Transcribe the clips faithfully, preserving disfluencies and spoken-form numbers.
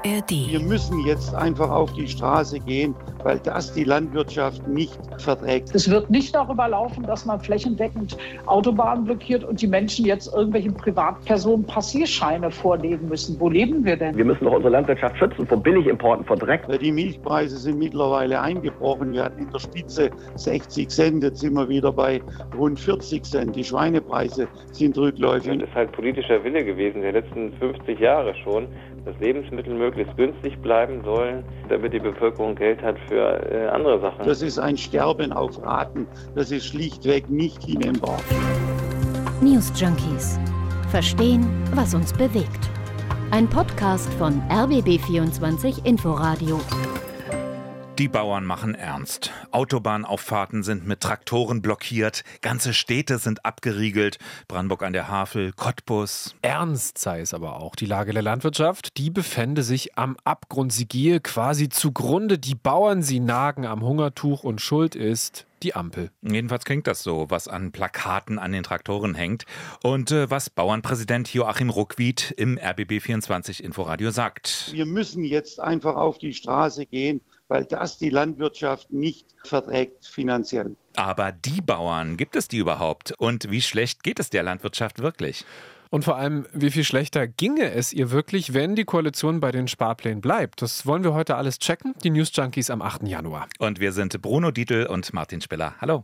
R D. Wir müssen jetzt einfach auf die Straße gehen, weil das die Landwirtschaft nicht verträgt. Es wird nicht darüber laufen, dass man flächendeckend Autobahnen blockiert und die Menschen jetzt irgendwelchen Privatpersonen Passierscheine vorlegen müssen. Wo leben wir denn? Wir müssen doch unsere Landwirtschaft schützen vor Billigimporten, vor Dreck. Die Milchpreise sind mittlerweile eingebrochen. Wir hatten in der Spitze sechzig Cent, jetzt sind wir wieder bei rund vierzig Cent. Die Schweinepreise sind rückläufig. Es ist halt politischer Wille gewesen, der letzten fünfzig Jahre schon, dass Lebensmittel möglichst günstig bleiben sollen, damit die Bevölkerung Geld hat für äh, andere Sachen. Das ist ein Sterben auf Raten. Das ist schlichtweg nicht hinnehmbar. News Junkies. Verstehen, was uns bewegt. Ein Podcast von R B B vierundzwanzig Inforadio. Die Bauern machen ernst. Autobahnauffahrten sind mit Traktoren blockiert, ganze Städte sind abgeriegelt, Brandenburg an der Havel, Cottbus. Ernst sei es aber auch. Die Lage der Landwirtschaft, die befände sich am Abgrund. Sie gehe quasi zugrunde. Die Bauern, sie nagen am Hungertuch und schuld ist die Ampel. Jedenfalls klingt das so, was an Plakaten an den Traktoren hängt und äh, was Bauernpräsident Joachim Ruckwied im R B B vierundzwanzig Inforadio sagt. Wir müssen jetzt einfach auf die Straße gehen, weil das die Landwirtschaft nicht verträgt finanziell. Aber die Bauern, gibt es die überhaupt? Und wie schlecht geht es der Landwirtschaft wirklich? Und vor allem, wie viel schlechter ginge es ihr wirklich, wenn die Koalition bei den Sparplänen bleibt? Das wollen wir heute alles checken. Die News Junkies am achten Januar. Und wir sind Bruno Dietl und Martin Spiller. Hallo.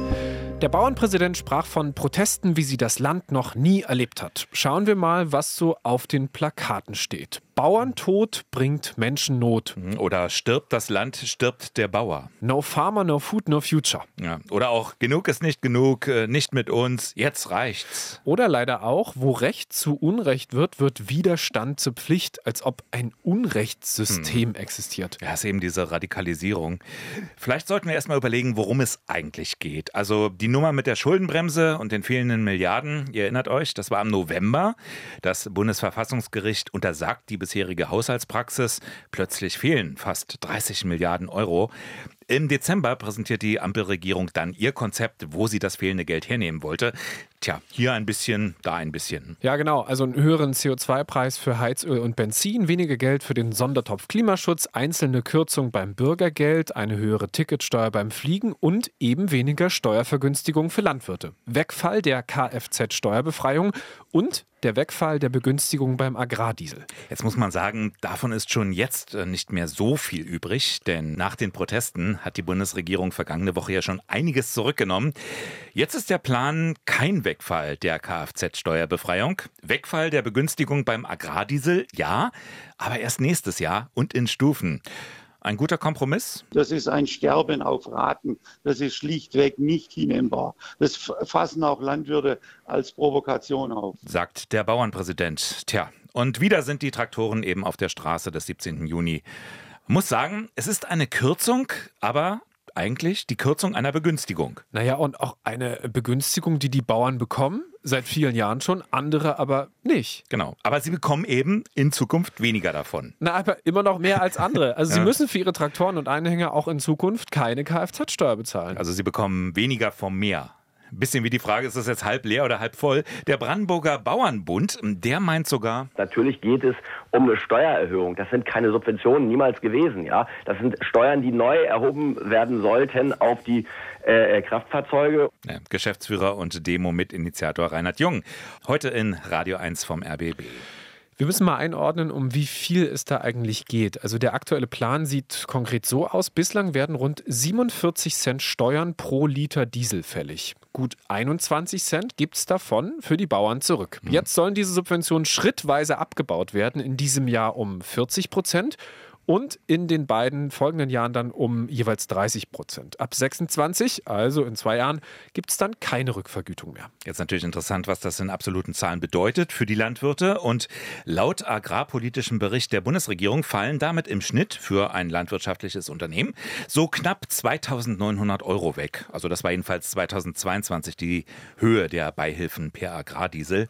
Der Bauernpräsident sprach von Protesten, wie sie das Land noch nie erlebt hat. Schauen wir mal, was so auf den Plakaten steht. Bauerntod bringt Menschennot. Oder stirbt das Land, stirbt der Bauer. No farmer, no food, no future. Ja. Oder auch genug ist nicht genug, nicht mit uns, jetzt reicht's. Oder leider auch, wo Recht zu Unrecht wird, wird Widerstand zur Pflicht, als ob ein Unrechtssystem hm. existiert. Ja, ist eben diese Radikalisierung. Vielleicht sollten wir erstmal überlegen, worum es eigentlich geht. Also die Nummer mit der Schuldenbremse und den fehlenden Milliarden, ihr erinnert euch, das war im November. Das Bundesverfassungsgericht untersagt die bisherige Haushaltspraxis. Plötzlich fehlen fast dreißig Milliarden Euro. Im Dezember präsentiert die Ampelregierung dann ihr Konzept, wo sie das fehlende Geld hernehmen wollte. Tja, hier ein bisschen, da ein bisschen. Ja, genau. Also einen höheren C O zwei Preis für Heizöl und Benzin, weniger Geld für den Sondertopf Klimaschutz, einzelne Kürzung beim Bürgergeld, eine höhere Ticketsteuer beim Fliegen und eben weniger Steuervergünstigung für Landwirte. Wegfall der Kfz-Steuerbefreiung und der Wegfall der Begünstigung beim Agrardiesel. Jetzt muss man sagen, davon ist schon jetzt nicht mehr so viel übrig, denn nach den Protesten hat die Bundesregierung vergangene Woche ja schon einiges zurückgenommen. Jetzt ist der Plan kein Wegfall der Kfz-Steuerbefreiung, Wegfall der Begünstigung beim Agrardiesel, ja, aber erst nächstes Jahr und in Stufen. Ein guter Kompromiss? Das ist ein Sterben auf Raten. Das ist schlichtweg nicht hinnehmbar. Das fassen auch Landwirte als Provokation auf. Sagt der Bauernpräsident. Tja, und wieder sind die Traktoren eben auf der Straße des siebzehnten Juni. Muss sagen, es ist eine Kürzung, aber eigentlich die Kürzung einer Begünstigung. Naja, und auch eine Begünstigung, die die Bauern bekommen, seit vielen Jahren schon, andere aber nicht. Genau, aber sie bekommen eben in Zukunft weniger davon. Na, aber immer noch mehr als andere. Also ja. Sie müssen für ihre Traktoren und Anhänger auch in Zukunft keine Kfz-Steuer bezahlen. Also sie bekommen weniger vom Meer. Ein bisschen wie die Frage, ist das jetzt halb leer oder halb voll? Der Brandenburger Bauernbund, der meint sogar... Natürlich geht es um eine Steuererhöhung. Das sind keine Subventionen, niemals gewesen. Ja, das sind Steuern, die neu erhoben werden sollten auf die äh, Kraftfahrzeuge. Ja, Geschäftsführer und Demo-Mitinitiator Reinhard Jung. Heute in Radio eins vom R B B. Wir müssen mal einordnen, um wie viel es da eigentlich geht. Also der aktuelle Plan sieht konkret so aus. Bislang werden rund siebenundvierzig Cent Steuern pro Liter Diesel fällig. Gut einundzwanzig Cent gibt es davon für die Bauern zurück. Jetzt sollen diese Subventionen schrittweise abgebaut werden. In diesem Jahr um vierzig Prozent. Und in den beiden folgenden Jahren dann um jeweils dreißig Prozent. Ab sechsundzwanzig, also in zwei Jahren, gibt es dann keine Rückvergütung mehr. Jetzt natürlich interessant, was das in absoluten Zahlen bedeutet für die Landwirte. Und laut agrarpolitischem Bericht der Bundesregierung fallen damit im Schnitt für ein landwirtschaftliches Unternehmen so knapp zweitausendneunhundert Euro weg. Also das war jedenfalls zweitausendzweiundzwanzig die Höhe der Beihilfen per Agrardiesel.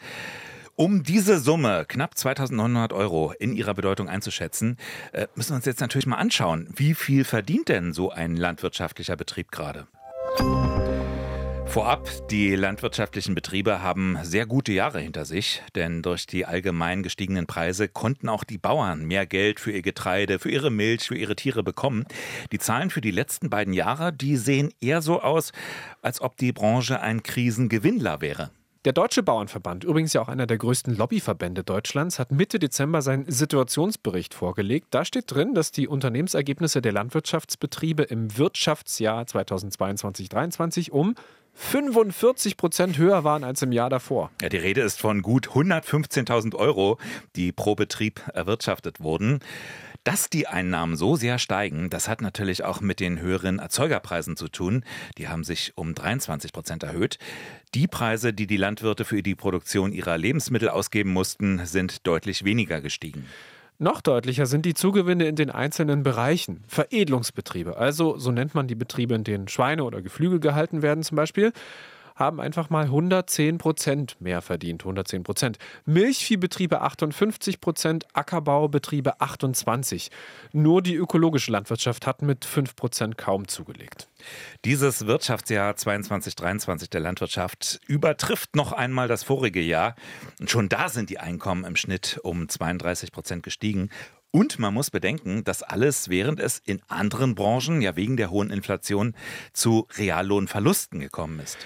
Um diese Summe, knapp zweitausendneunhundert Euro, in ihrer Bedeutung einzuschätzen, müssen wir uns jetzt natürlich mal anschauen, wie viel verdient denn so ein landwirtschaftlicher Betrieb gerade? Vorab, die landwirtschaftlichen Betriebe haben sehr gute Jahre hinter sich, denn durch die allgemein gestiegenen Preise konnten auch die Bauern mehr Geld für ihr Getreide, für ihre Milch, für ihre Tiere bekommen. Die Zahlen für die letzten beiden Jahre, die sehen eher so aus, als ob die Branche ein Krisengewinnler wäre. Der Deutsche Bauernverband, übrigens ja auch einer der größten Lobbyverbände Deutschlands, hat Mitte Dezember seinen Situationsbericht vorgelegt. Da steht drin, dass die Unternehmensergebnisse der Landwirtschaftsbetriebe im Wirtschaftsjahr zweitausendzweiundzwanzig dreiundzwanzig um fünfundvierzig Prozent höher waren als im Jahr davor. Ja, die Rede ist von gut hundertfünfzehntausend Euro, die pro Betrieb erwirtschaftet wurden. Dass die Einnahmen so sehr steigen, das hat natürlich auch mit den höheren Erzeugerpreisen zu tun. Die haben sich um dreiundzwanzig Prozent erhöht. Die Preise, die die Landwirte für die Produktion ihrer Lebensmittel ausgeben mussten, sind deutlich weniger gestiegen. Noch deutlicher sind die Zugewinne in den einzelnen Bereichen. Veredelungsbetriebe, also so nennt man die Betriebe, in denen Schweine oder Geflügel gehalten werden zum Beispiel, haben einfach mal hundertzehn Prozent mehr verdient. hundertzehn Prozent. Milchviehbetriebe achtundfünfzig Prozent, Ackerbaubetriebe achtundzwanzig. Nur die ökologische Landwirtschaft hat mit fünf Prozent kaum zugelegt. Dieses Wirtschaftsjahr zweiundzwanzig dreiundzwanzig der Landwirtschaft übertrifft noch einmal das vorige Jahr. Und schon da sind die Einkommen im Schnitt um zweiunddreißig Prozent gestiegen. Und man muss bedenken, dass alles, während es in anderen Branchen ja wegen der hohen Inflation zu Reallohnverlusten gekommen ist.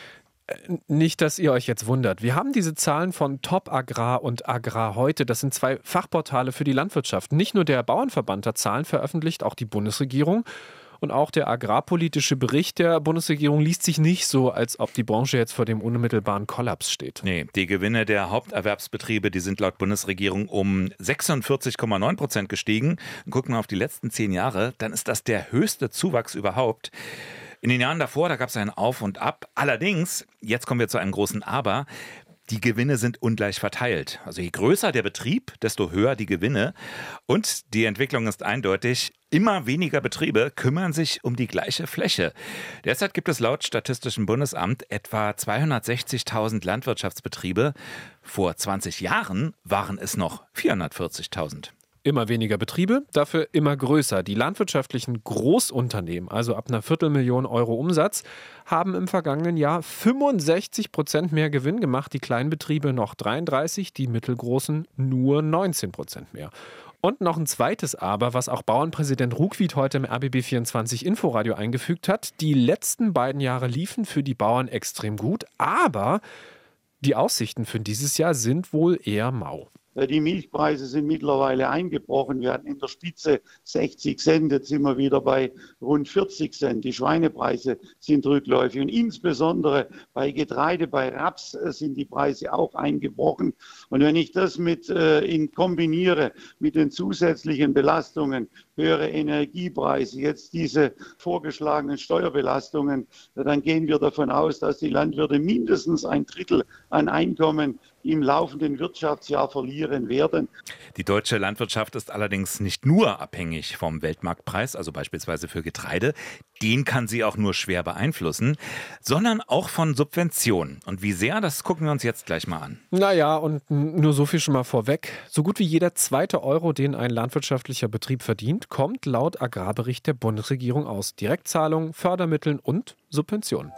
Nicht, dass ihr euch jetzt wundert. Wir haben diese Zahlen von Top Agrar und Agrar heute. Das sind zwei Fachportale für die Landwirtschaft. Nicht nur der Bauernverband hat Zahlen veröffentlicht, auch die Bundesregierung. Und auch der agrarpolitische Bericht der Bundesregierung liest sich nicht so, als ob die Branche jetzt vor dem unmittelbaren Kollaps steht. Nee, die Gewinne der Haupterwerbsbetriebe, die sind laut Bundesregierung um sechsundvierzig Komma neun Prozent gestiegen. Und gucken wir auf die letzten zehn Jahre, dann ist das der höchste Zuwachs überhaupt. In den Jahren davor, da gab es ein Auf und Ab. Allerdings, jetzt kommen wir zu einem großen Aber, die Gewinne sind ungleich verteilt. Also je größer der Betrieb, desto höher die Gewinne. Und die Entwicklung ist eindeutig. Immer weniger Betriebe kümmern sich um die gleiche Fläche. Derzeit gibt es laut Statistischem Bundesamt etwa zweihundertsechzigtausend Landwirtschaftsbetriebe. Vor zwanzig Jahren waren es noch vierhundertvierzigtausend. Immer weniger Betriebe, dafür immer größer. Die landwirtschaftlichen Großunternehmen, also ab einer Viertelmillion Euro Umsatz, haben im vergangenen Jahr fünfundsechzig Prozent mehr Gewinn gemacht. Die Kleinbetriebe noch dreiunddreißig, die mittelgroßen nur neunzehn Prozent mehr. Und noch ein zweites Aber, was auch Bauernpräsident Ruckwied heute im R B B vierundzwanzig Inforadio eingefügt hat. Die letzten beiden Jahre liefen für die Bauern extrem gut, aber die Aussichten für dieses Jahr sind wohl eher mau. Die Milchpreise sind mittlerweile eingebrochen. Wir hatten in der Spitze sechzig Cent, jetzt sind wir wieder bei rund vierzig Cent. Die Schweinepreise sind rückläufig und insbesondere bei Getreide, bei Raps sind die Preise auch eingebrochen. Und wenn ich das mit äh, in kombiniere mit den zusätzlichen Belastungen, höhere Energiepreise, jetzt diese vorgeschlagenen Steuerbelastungen, dann gehen wir davon aus, dass die Landwirte mindestens ein Drittel an Einkommen im laufenden Wirtschaftsjahr verlieren werden. Die deutsche Landwirtschaft ist allerdings nicht nur abhängig vom Weltmarktpreis, also beispielsweise für Getreide, den kann sie auch nur schwer beeinflussen, sondern auch von Subventionen. Und wie sehr, das gucken wir uns jetzt gleich mal an. Naja, und nur so viel schon mal vorweg. So gut wie jeder zweite Euro, den ein landwirtschaftlicher Betrieb verdient, kommt laut Agrarbericht der Bundesregierung aus Direktzahlungen, Fördermitteln und Subventionen.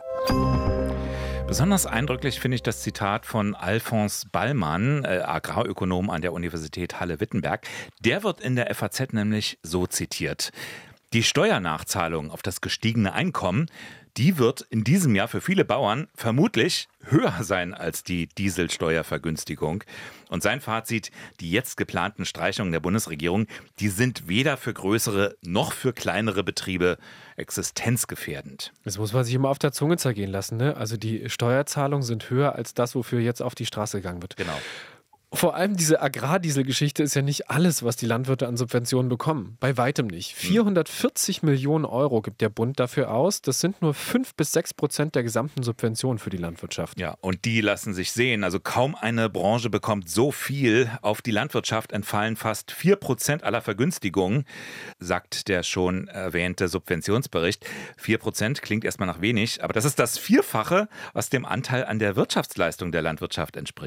Besonders eindrücklich finde ich das Zitat von Alfons Ballmann, äh, Agrarökonom an der Universität Halle-Wittenberg. Der wird in der F A Z nämlich so zitiert: Die Steuernachzahlung auf das gestiegene Einkommen, die wird in diesem Jahr für viele Bauern vermutlich höher sein als die Dieselsteuervergünstigung. Und sein Fazit: Die jetzt geplanten Streichungen der Bundesregierung, die sind weder für größere noch für kleinere Betriebe existenzgefährdend. Das muss man sich immer auf der Zunge zergehen lassen, ne? Also die Steuerzahlungen sind höher als das, wofür jetzt auf die Straße gegangen wird. Genau. Vor allem diese Agrardieselgeschichte ist ja nicht alles, was die Landwirte an Subventionen bekommen. Bei weitem nicht. vierhundertvierzig Millionen Euro gibt der Bund dafür aus. Das sind nur fünf bis sechs Prozent der gesamten Subventionen für die Landwirtschaft. Ja, und die lassen sich sehen. Also kaum eine Branche bekommt so viel. Auf die Landwirtschaft entfallen fast vier Prozent aller Vergünstigungen, sagt der schon erwähnte Subventionsbericht. vier Prozent klingt erstmal nach wenig, aber das ist das Vierfache, was dem Anteil an der Wirtschaftsleistung der Landwirtschaft entspricht.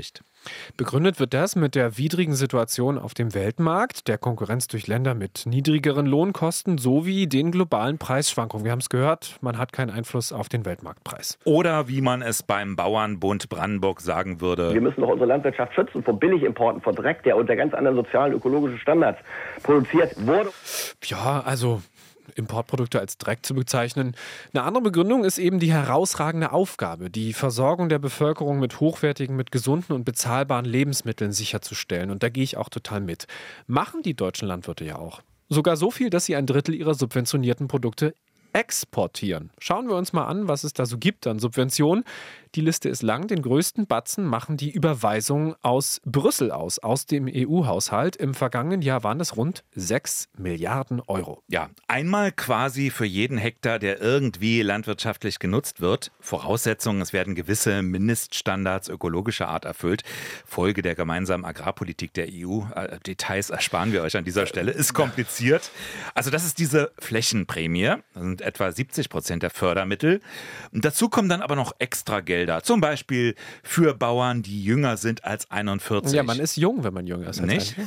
Begründet wird das mit der widrigen Situation auf dem Weltmarkt, der Konkurrenz durch Länder mit niedrigeren Lohnkosten sowie den globalen Preisschwankungen. Wir haben es gehört, man hat keinen Einfluss auf den Weltmarktpreis. Oder wie man es beim Bauernbund Brandenburg sagen würde: Wir müssen doch unsere Landwirtschaft schützen vor Billigimporten, vor Dreck, der unter ganz anderen sozialen, ökologischen Standards produziert wurde. Ja, also Importprodukte als Dreck zu bezeichnen. Eine andere Begründung ist eben die herausragende Aufgabe, die Versorgung der Bevölkerung mit hochwertigen, mit gesunden und bezahlbaren Lebensmitteln sicherzustellen. Und da gehe ich auch total mit. Machen die deutschen Landwirte ja auch. Sogar so viel, dass sie ein Drittel ihrer subventionierten Produkte exportieren. Schauen wir uns mal an, was es da so gibt an Subventionen. Die Liste ist lang. Den größten Batzen machen die Überweisungen aus Brüssel aus, aus dem E U-Haushalt. Im vergangenen Jahr waren das rund sechs Milliarden Euro. Ja, einmal quasi für jeden Hektar, der irgendwie landwirtschaftlich genutzt wird. Voraussetzung, es werden gewisse Mindeststandards ökologischer Art erfüllt. Folge der gemeinsamen Agrarpolitik der E U. Äh, Details ersparen wir euch an dieser Stelle. Ist kompliziert. Also das ist diese Flächenprämie. Das sind etwa siebzig Prozent der Fördermittel. Und dazu kommen dann aber noch extra Gelder. Zum Beispiel für Bauern, die jünger sind als einundvierzig. Ja, man ist jung, wenn man jünger ist als Nicht?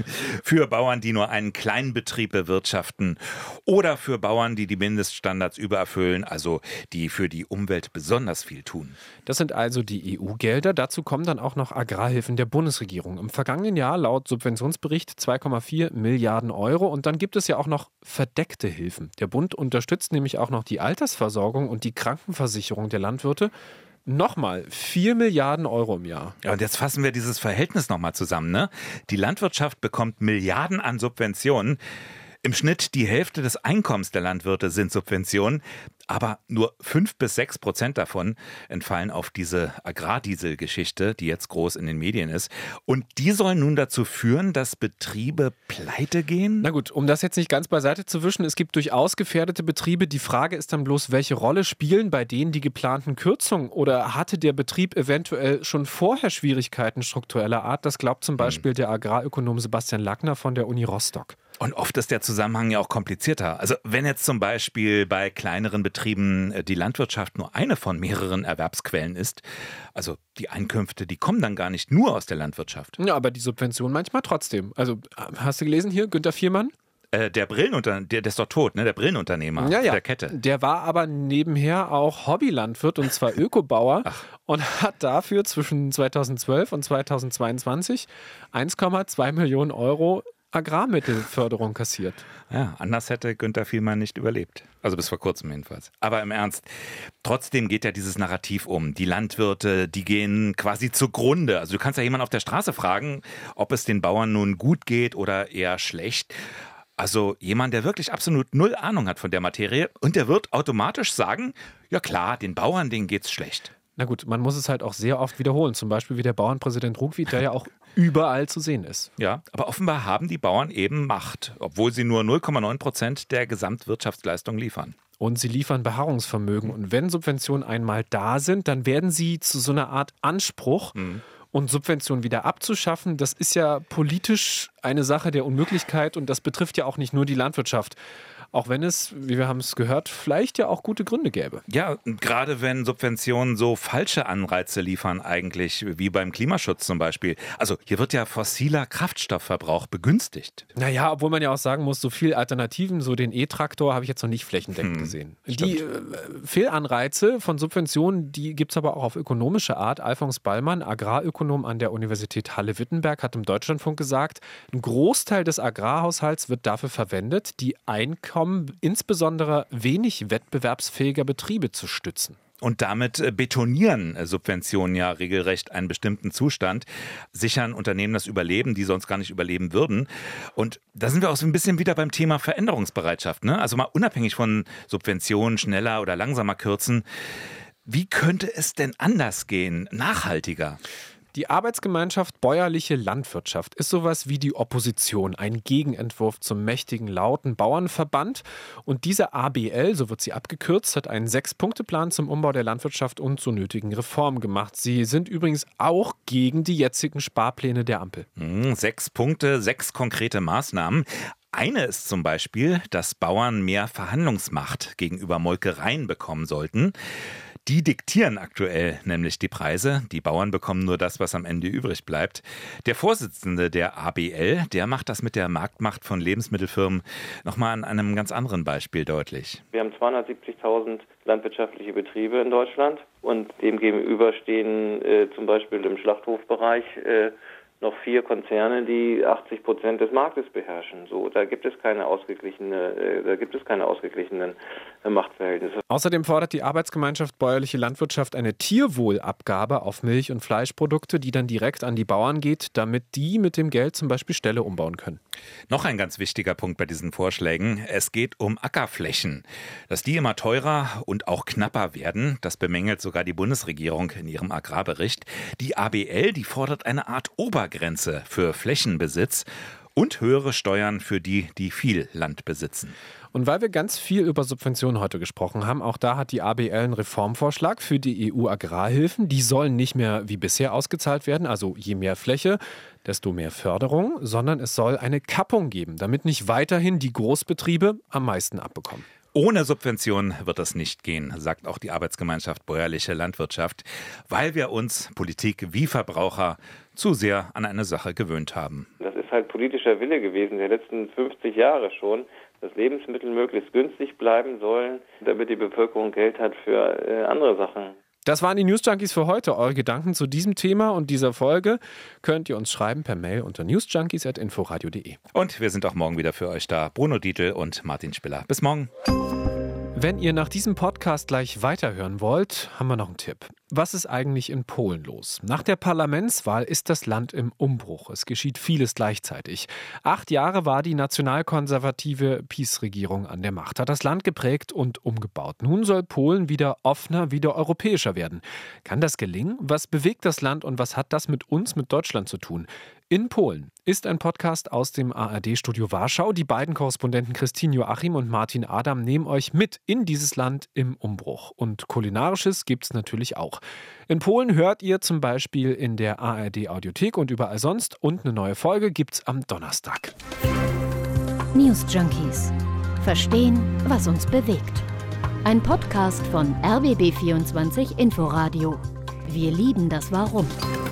Für Bauern, die nur einen kleinen Betrieb bewirtschaften. Oder für Bauern, die die Mindeststandards übererfüllen, also die für die Umwelt besonders viel tun. Das sind also die E U-Gelder. Dazu kommen dann auch noch Agrarhilfen der Bundesregierung. Im vergangenen Jahr laut Subventionsbericht zwei Komma vier Milliarden Euro. Und dann gibt es ja auch noch verdeckte Hilfen. Der Bund unterstützt nämlich auch noch die Altersversorgung und die Krankenversicherung der Landwirte. Nochmal vier Milliarden Euro im Jahr. Ja, und jetzt fassen wir dieses Verhältnis nochmal zusammen. Ne? Die Landwirtschaft bekommt Milliarden an Subventionen. Im Schnitt die Hälfte des Einkommens der Landwirte sind Subventionen, aber nur fünf bis sechs Prozent davon entfallen auf diese Agrardiesel-Geschichte, die jetzt groß in den Medien ist. Und die soll nun dazu führen, dass Betriebe pleite gehen? Na gut, um das jetzt nicht ganz beiseite zu wischen, es gibt durchaus gefährdete Betriebe. Die Frage ist dann bloß, welche Rolle spielen bei denen die geplanten Kürzungen? Oder hatte der Betrieb eventuell schon vorher Schwierigkeiten struktureller Art? Das glaubt zum Beispiel hm. der Agrarökonom Sebastian Lackner von der Uni Rostock. Und oft ist der Zusammenhang ja auch komplizierter. Also wenn jetzt zum Beispiel bei kleineren Betrieben die Landwirtschaft nur eine von mehreren Erwerbsquellen ist, also die Einkünfte, die kommen dann gar nicht nur aus der Landwirtschaft. Ja, aber die Subvention manchmal trotzdem. Also hast du gelesen hier, Günter Viermann? Äh, der Brillenunternehmer, der, der ist doch tot, ne? Der Brillenunternehmer ja, ja. der Kette. Der war aber nebenher auch Hobbylandwirt und zwar Ökobauer Ach. und hat dafür zwischen zweitausendzwölf und zweitausendzweiundzwanzig eins Komma zwei Millionen Euro Agrarmittelförderung kassiert. Ja, anders hätte Günter Viermann nicht überlebt. Also bis vor kurzem jedenfalls. Aber im Ernst, trotzdem geht ja dieses Narrativ um. Die Landwirte, die gehen quasi zugrunde. Also du kannst ja jemanden auf der Straße fragen, ob es den Bauern nun gut geht oder eher schlecht. Also jemand, der wirklich absolut null Ahnung hat von der Materie und der wird automatisch sagen, ja klar, den Bauern, denen geht's schlecht. Na gut, man muss es halt auch sehr oft wiederholen. Zum Beispiel wie der Bauernpräsident Ruckwied, der ja auch überall zu sehen ist. Ja, aber offenbar haben die Bauern eben Macht, obwohl sie nur null Komma neun Prozent der Gesamtwirtschaftsleistung liefern. Und sie liefern Beharrungsvermögen. Und wenn Subventionen einmal da sind, dann werden sie zu so einer Art Anspruch. Mhm. Und Subventionen wieder abzuschaffen, das ist ja politisch eine Sache der Unmöglichkeit und das betrifft ja auch nicht nur die Landwirtschaft. Auch wenn es, wie wir haben es gehört, vielleicht ja auch gute Gründe gäbe. Ja, gerade wenn Subventionen so falsche Anreize liefern eigentlich, wie beim Klimaschutz zum Beispiel. Also hier wird ja fossiler Kraftstoffverbrauch begünstigt. Naja, obwohl man ja auch sagen muss, so viel Alternativen, so den E-Traktor habe ich jetzt noch nicht flächendeckend hm, gesehen. Stimmt. Die äh, Fehlanreize von Subventionen, die gibt es aber auch auf ökonomische Art. Alfons Ballmann, Agrarökonom an der Universität Halle-Wittenberg, hat im Deutschlandfunk gesagt, ein Großteil des Agrarhaushalts wird dafür verwendet, die Einkommen insbesondere wenig wettbewerbsfähiger Betriebe zu stützen. Und damit betonieren Subventionen ja regelrecht einen bestimmten Zustand, sichern Unternehmen das Überleben, die sonst gar nicht überleben würden. Und da sind wir auch so ein bisschen wieder beim Thema Veränderungsbereitschaft, ne? Also mal unabhängig von Subventionen schneller oder langsamer kürzen. Wie könnte es denn anders gehen, nachhaltiger? Die Arbeitsgemeinschaft Bäuerliche Landwirtschaft ist sowas wie die Opposition, ein Gegenentwurf zum mächtigen, lauten Bauernverband. Und diese A B L, so wird sie abgekürzt, hat einen Sechs-Punkte-Plan zum Umbau der Landwirtschaft und zu nötigen Reformen gemacht. Sie sind übrigens auch gegen die jetzigen Sparpläne der Ampel. Hm, sechs Punkte, sechs konkrete Maßnahmen. Eine ist zum Beispiel, dass Bauern mehr Verhandlungsmacht gegenüber Molkereien bekommen sollten. Die diktieren aktuell nämlich die Preise. Die Bauern bekommen nur das, was am Ende übrig bleibt. Der Vorsitzende der A B L, der macht das mit der Marktmacht von Lebensmittelfirmen nochmal an einem ganz anderen Beispiel deutlich. Wir haben zweihundertsiebzigtausend landwirtschaftliche Betriebe in Deutschland und dem gegenüber stehen äh, zum Beispiel im Schlachthofbereich äh, noch vier Konzerne, die achtzig Prozent des Marktes beherrschen. So, da gibt es keine ausgeglichene, äh, da gibt es keine ausgeglichenen äh, Machtverhältnisse. Außerdem fordert die Arbeitsgemeinschaft Bäuerliche Landwirtschaft eine Tierwohlabgabe auf Milch- und Fleischprodukte, die dann direkt an die Bauern geht, damit die mit dem Geld zum Beispiel Ställe umbauen können. Noch ein ganz wichtiger Punkt bei diesen Vorschlägen. Es geht um Ackerflächen. Dass die immer teurer und auch knapper werden, das bemängelt sogar die Bundesregierung in ihrem Agrarbericht. Die A B L, die fordert eine Art Obergrenze für Flächenbesitz und höhere Steuern für die, die viel Land besitzen. Und weil wir ganz viel über Subventionen heute gesprochen haben, auch da hat die A B L einen Reformvorschlag für die E U-Agrarhilfen. Die sollen nicht mehr wie bisher ausgezahlt werden, also je mehr Fläche, desto mehr Förderung, sondern es soll eine Kappung geben, damit nicht weiterhin die Großbetriebe am meisten abbekommen. Ohne Subventionen wird das nicht gehen, sagt auch die Arbeitsgemeinschaft Bäuerliche Landwirtschaft, weil wir uns, Politik wie Verbraucher, zu sehr an eine Sache gewöhnt haben. Das ist halt politischer Wille gewesen der letzten fünfzig Jahre schon, dass Lebensmittel möglichst günstig bleiben sollen, damit die Bevölkerung Geld hat für äh, andere Sachen. Das waren die News Junkies für heute. Eure Gedanken zu diesem Thema und dieser Folge könnt ihr uns schreiben per Mail unter newsjunkies at inforadio punkt de. Und wir sind auch morgen wieder für euch da. Bruno Dietl und Martin Spiller. Bis morgen. Wenn ihr nach diesem Podcast gleich weiterhören wollt, haben wir noch einen Tipp. Was ist eigentlich in Polen los? Nach der Parlamentswahl ist das Land im Umbruch. Es geschieht vieles gleichzeitig. Acht Jahre war die nationalkonservative PiS-Regierung an der Macht, hat das Land geprägt und umgebaut. Nun soll Polen wieder offener, wieder europäischer werden. Kann das gelingen? Was bewegt das Land und was hat das mit uns, mit Deutschland zu tun? In Polen ist ein Podcast aus dem A R D-Studio Warschau. Die beiden Korrespondenten Christine Joachim und Martin Adam nehmen euch mit in dieses Land im Umbruch. Und Kulinarisches gibt es natürlich auch. In Polen hört ihr zum Beispiel in der A R D-Audiothek und überall sonst. Und eine neue Folge gibt's am Donnerstag. News Junkies. Verstehen, was uns bewegt. Ein Podcast von R B B vierundzwanzig Inforadio. Wir lieben das Warum.